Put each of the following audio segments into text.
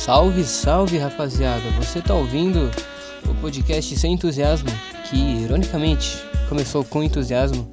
Salve, salve, rapaziada! Você tá ouvindo o podcast Sem Entusiasmo, que ironicamente começou com entusiasmo.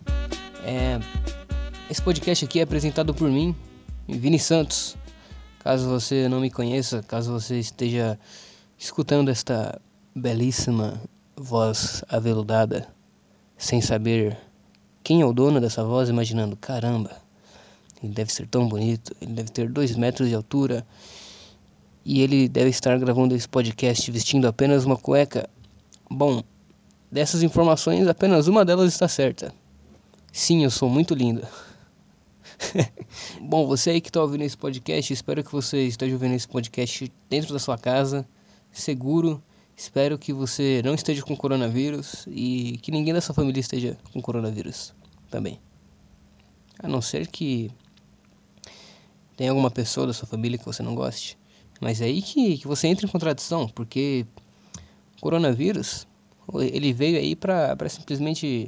Esse podcast aqui é apresentado por mim, Vini Santos. Caso você não me conheça, caso você esteja escutando esta belíssima voz aveludada, sem saber quem é o dono dessa voz, imaginando, caramba, ele deve ser tão bonito, ele deve ter 2 metros de altura e ele deve estar gravando esse podcast vestindo apenas uma cueca. Bom, dessas informações, apenas uma delas está certa. Sim, eu sou muito lindo. Bom, você aí que está ouvindo esse podcast, espero que você esteja ouvindo esse podcast dentro da sua casa, seguro. Espero que você não esteja com coronavírus e que ninguém da sua família esteja com coronavírus também. A não ser que tenha alguma pessoa da sua família que você não goste. Mas é aí que você entra em contradição, porque o coronavírus, ele veio aí para simplesmente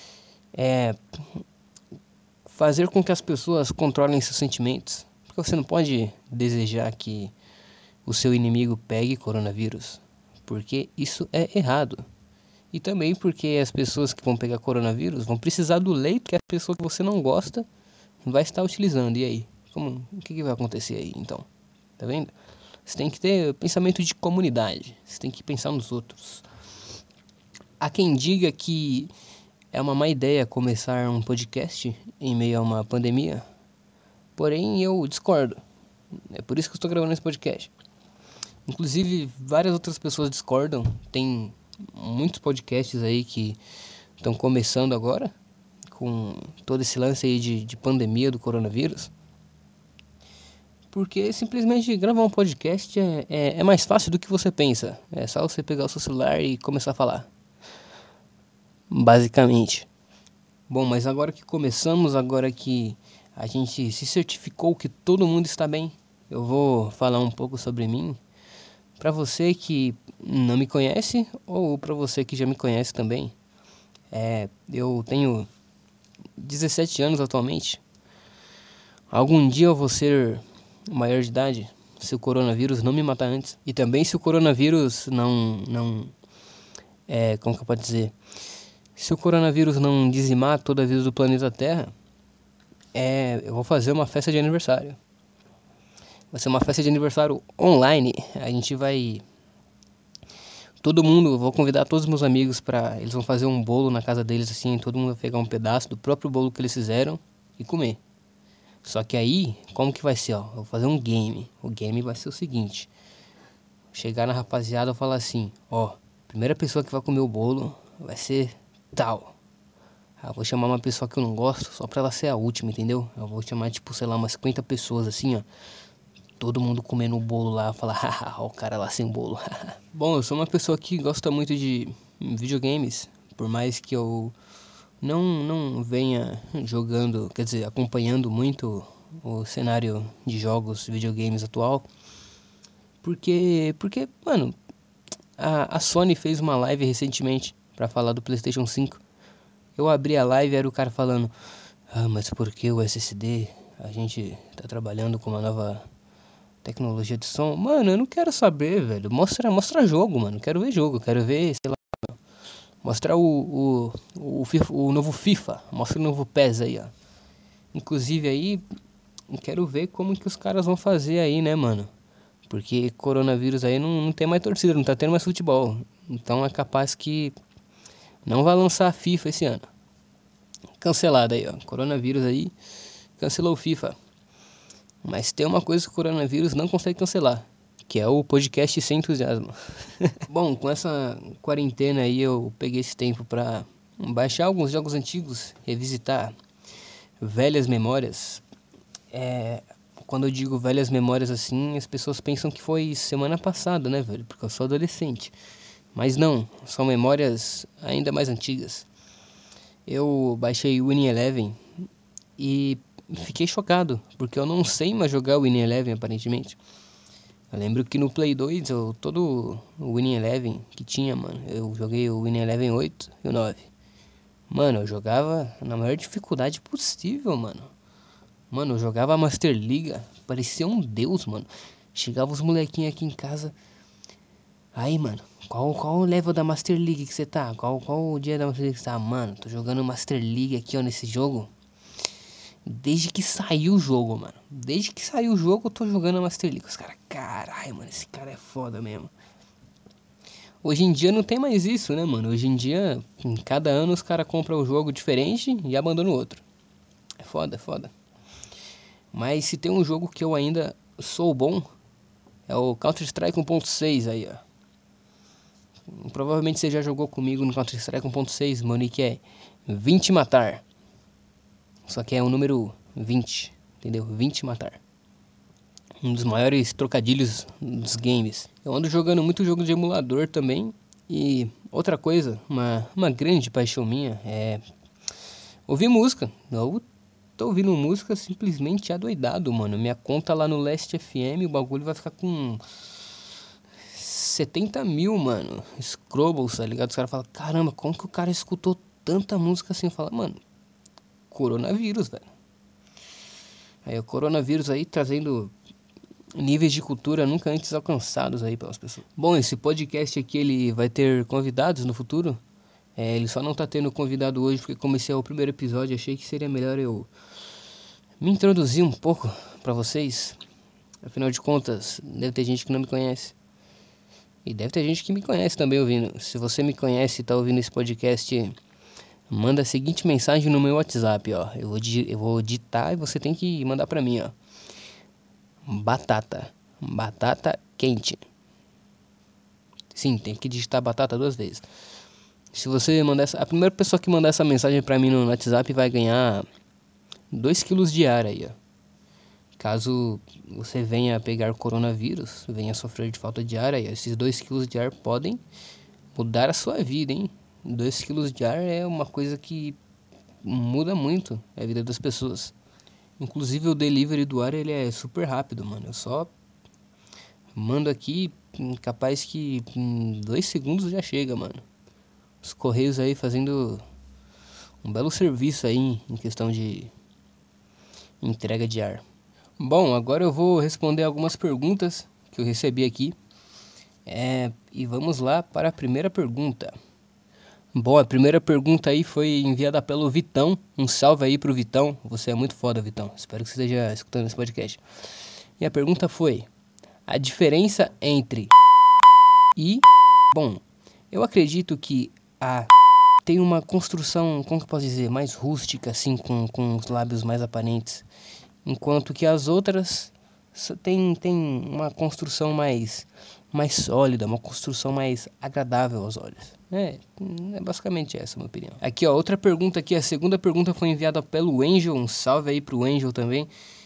fazer com que as pessoas controlem seus sentimentos. Porque você não pode desejar que o seu inimigo pegue coronavírus, porque isso é errado. E também porque as pessoas que vão pegar coronavírus vão precisar do leito que a pessoa que você não gosta vai estar utilizando. E aí? O que vai acontecer aí, então? Tá vendo? Você tem que ter pensamento de comunidade. Você tem que pensar nos outros. Há quem diga que é uma má ideia começar um podcast em meio a uma pandemia. Porém, eu discordo. É por isso que eu estou gravando esse podcast. Inclusive, várias outras pessoas discordam. Tem muitos podcasts aí que estão começando agora, com todo esse lance aí de pandemia do coronavírus. Porque simplesmente gravar um podcast é mais fácil do que você pensa. É só você pegar o seu celular e começar a falar. Basicamente. Bom, mas agora que começamos, agora que a gente se certificou que todo mundo está bem, eu vou falar um pouco sobre mim. Para você que não me conhece ou para você que já me conhece também. Eu tenho 17 anos atualmente. Algum dia eu vou ser maior de idade, se o coronavírus não me matar antes. E também se o coronavírus como que eu posso dizer? Se o coronavírus não dizimar toda a vida do planeta Terra, eu vou fazer uma festa de aniversário. Vai ser uma festa de aniversário online. A gente vai... Todo mundo, eu vou convidar todos os meus amigos eles vão fazer um bolo na casa deles, assim, todo mundo vai pegar um pedaço do próprio bolo que eles fizeram e comer. Só que aí, como que vai ser, ó? Eu vou fazer um game. O game vai ser o seguinte. Chegar na rapaziada e falar assim, ó, primeira pessoa que vai comer o bolo vai ser tal. Eu vou chamar uma pessoa que eu não gosto só pra ela ser a última, entendeu? Eu vou chamar, tipo, sei lá, umas 50 pessoas assim, ó. Todo mundo comendo o bolo lá, falar, haha, o cara lá sem bolo. Bom, eu sou uma pessoa que gosta muito de videogames, por mais que eu não venha jogando, quer dizer, acompanhando muito o cenário de jogos, videogames atual. Porque mano, a Sony fez uma live recentemente pra falar do PlayStation 5. Eu abri a live e era o cara falando, mas por que o SSD? A gente tá trabalhando com uma nova tecnologia de som. Mano, eu não quero saber, velho. Mostra jogo, mano. Quero ver jogo, quero ver, sei lá. Mostrar o novo FIFA. Mostra o novo PES aí, ó. Inclusive aí, quero ver como que os caras vão fazer aí, né, mano? Porque coronavírus aí não tem mais torcida, não tá tendo mais futebol. Então é capaz que não vai lançar a FIFA esse ano. Cancelado aí, ó. Coronavírus aí, cancelou o FIFA. Mas tem uma coisa que o coronavírus não consegue cancelar, que é o podcast Sem Entusiasmo. Bom, com essa quarentena aí eu peguei esse tempo pra baixar alguns jogos antigos, revisitar velhas memórias. Quando eu digo velhas memórias assim, as pessoas pensam que foi semana passada, né, velho? Porque eu sou adolescente. Mas não, são memórias ainda mais antigas. Eu baixei o Winning Eleven e fiquei chocado, porque eu não sei mais jogar o Winning Eleven, aparentemente. Eu lembro que no Play 2, todo o Winning Eleven que tinha, mano, eu joguei o Winning Eleven 8 e o 9. Mano, eu jogava na maior dificuldade possível, mano. Mano, eu jogava a Master Liga, parecia um deus, mano. Chegava os molequinhos aqui em casa. Aí, mano, qual o level da Master League que você tá? Qual o dia da Master League que você tá? Mano, tô jogando Master League aqui, ó, nesse jogo. Desde que saiu o jogo, mano. Desde que saiu o jogo, eu tô jogando a Master League. Os caras, caralho, mano, esse cara é foda mesmo. Hoje em dia não tem mais isso, né, mano? Hoje em dia, em cada ano os caras compram um jogo diferente e abandonam o outro. É foda, é foda. Mas se tem um jogo que eu ainda sou bom, é o Counter-Strike 1.6 aí, ó. Provavelmente você já jogou comigo no Counter-Strike 1.6, meu nick é 20 matar. Só que é o número 20, entendeu? 20 matar. Um dos maiores trocadilhos dos games. Eu ando jogando muito jogo de emulador também. E outra coisa, uma grande paixão minha é ouvir música. Eu tô ouvindo música simplesmente adoidado, mano. Minha conta lá no Last FM, o bagulho vai ficar com 70 mil, mano. Scrobbles, tá ligado? Os caras falam, caramba, como que o cara escutou tanta música assim? Fala, mano, coronavírus, velho. Aí o coronavírus aí trazendo níveis de cultura nunca antes alcançados aí pelas pessoas. Bom, esse podcast aqui ele vai ter convidados no futuro. Ele só não tá tendo convidado hoje porque como esse é o primeiro episódio, achei que seria melhor eu me introduzir um pouco pra vocês. Afinal de contas, deve ter gente que não me conhece. E deve ter gente que me conhece também ouvindo. Se você me conhece e tá ouvindo esse podcast, manda a seguinte mensagem no meu WhatsApp, ó. Eu vou digitar e você tem que mandar pra mim, ó. Batata quente. Sim, tem que digitar batata 2 vezes. Se você mandar a primeira pessoa que mandar essa mensagem pra mim no WhatsApp vai ganhar 2 quilos de ar aí, ó. Caso você venha pegar coronavírus, venha sofrer de falta de ar aí, esses 2 quilos de ar podem mudar a sua vida, hein? 2 quilos de ar é uma coisa que muda muito a vida das pessoas. Inclusive o delivery do ar ele é super rápido, mano. Eu só mando aqui, capaz que em 2 segundos já chega, mano. Os correios aí fazendo um belo serviço aí em questão de entrega de ar. Bom, agora eu vou responder algumas perguntas que eu recebi aqui. E vamos lá para a primeira pergunta. Bom, a primeira pergunta aí foi enviada pelo Vitão. Um salve aí pro Vitão. Você é muito foda, Vitão. Espero que você esteja escutando esse podcast. E a pergunta foi: a diferença entre e... Bom, eu acredito que a tem uma construção, como que eu posso dizer, mais rústica, assim, com os lábios mais aparentes. Enquanto que as outras tem uma construção mais sólida, uma construção mais agradável aos olhos. É basicamente essa a minha opinião. Aqui, ó, outra pergunta aqui, a segunda pergunta foi enviada pelo Angel, um salve aí pro Angel também.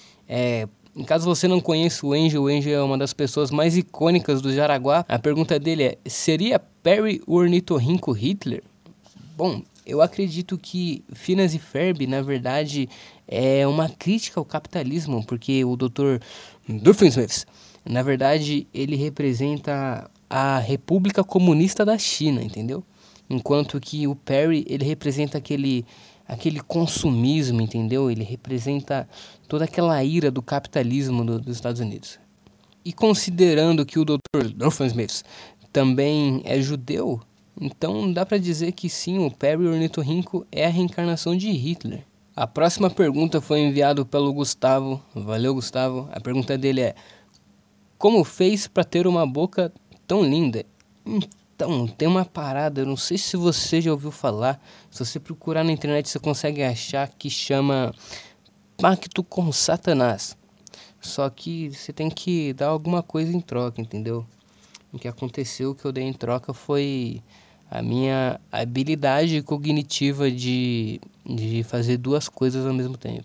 Em caso você não conheça o Angel é uma das pessoas mais icônicas do Jaraguá. A pergunta dele é: seria Perry o ornitorrinco Hitler? Bom, eu acredito que Phineas e Ferb, na verdade, é uma crítica ao capitalismo, porque o Dr. Doofenshmirtz, na verdade, ele representa a República Comunista da China, entendeu? Enquanto que o Perry, ele representa aquele consumismo, entendeu? Ele representa toda aquela ira do capitalismo dos Estados Unidos. E considerando que o Dr. Doofenshmirtz também é judeu, então dá pra dizer que sim, o Perry ornitorrinco é a reencarnação de Hitler. A próxima pergunta foi enviada pelo Gustavo. Valeu, Gustavo. A pergunta dele é: como fez pra ter uma boca tão linda? Então, tem uma parada, eu não sei se você já ouviu falar. Se você procurar na internet, você consegue achar, que chama Pacto com Satanás. Só que você tem que dar alguma coisa em troca, entendeu? O que aconteceu, o que eu dei em troca foi a minha habilidade cognitiva de fazer 2 coisas ao mesmo tempo.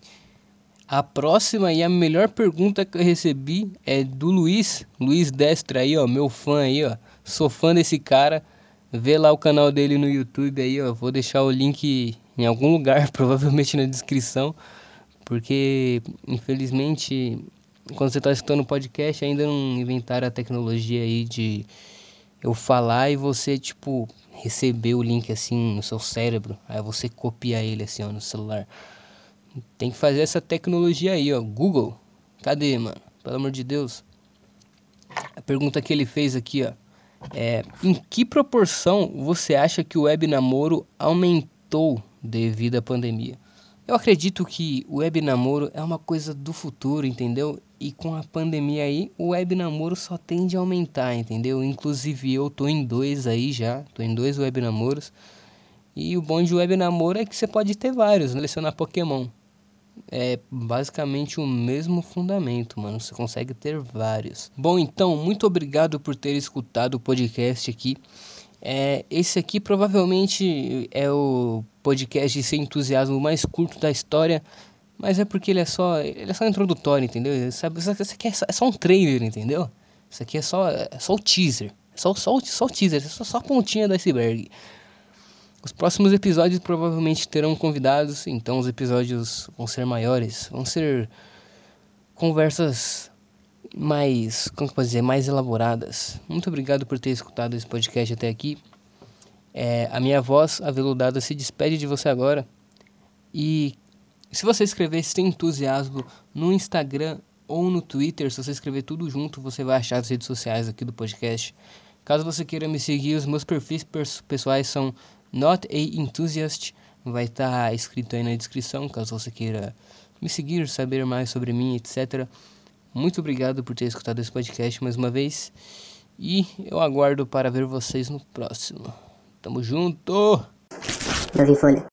A próxima e a melhor pergunta que eu recebi é do Luiz Destra aí, ó, meu fã aí, ó. Sou fã desse cara. Vê lá o canal dele no YouTube aí, ó. Vou deixar o link em algum lugar, provavelmente na descrição. Porque, infelizmente, quando você está escutando o podcast, ainda não inventaram a tecnologia aí de eu falar e você, tipo, receber o link assim no seu cérebro. Aí você copia ele assim, ó, no celular. Tem que fazer essa tecnologia aí, ó. Google, cadê, mano? Pelo amor de Deus. A pergunta que ele fez aqui, ó, em que proporção você acha que o web namoro aumentou devido à pandemia? Eu acredito que o web namoro é uma coisa do futuro, entendeu? E com a pandemia aí, o web namoro só tende a aumentar, entendeu? Inclusive eu tô em 2 aí já, tô em 2 web namoros. E o bom de web namoro é que você pode ter vários, selecionar Pokémon. É basicamente o mesmo fundamento, mano. Você consegue ter vários. Bom, então, muito obrigado por ter escutado o podcast aqui. Esse aqui provavelmente é o podcast sem entusiasmo mais curto da história. Mas é porque ele é só introdutório, entendeu? Sabe, isso aqui é só um trailer, entendeu? Isso aqui é só o teaser. Só o teaser, só a pontinha do iceberg. Os próximos episódios provavelmente terão convidados, então os episódios vão ser maiores, vão ser conversas mais, como que eu posso dizer, mais elaboradas. Muito obrigado por ter escutado esse podcast até aqui. A minha voz aveludada se despede de você agora. E se você escrever Sem Entusiasmo no Instagram ou no Twitter, se você escrever tudo junto, você vai achar as redes sociais aqui do podcast. Caso você queira me seguir, os meus perfis pessoais são Not a Enthusiast, vai estar escrito aí na descrição, caso você queira me seguir, saber mais sobre mim, etc. Muito obrigado por ter escutado esse podcast mais uma vez, e eu aguardo para ver vocês no próximo. Tamo junto! Eu vi folha.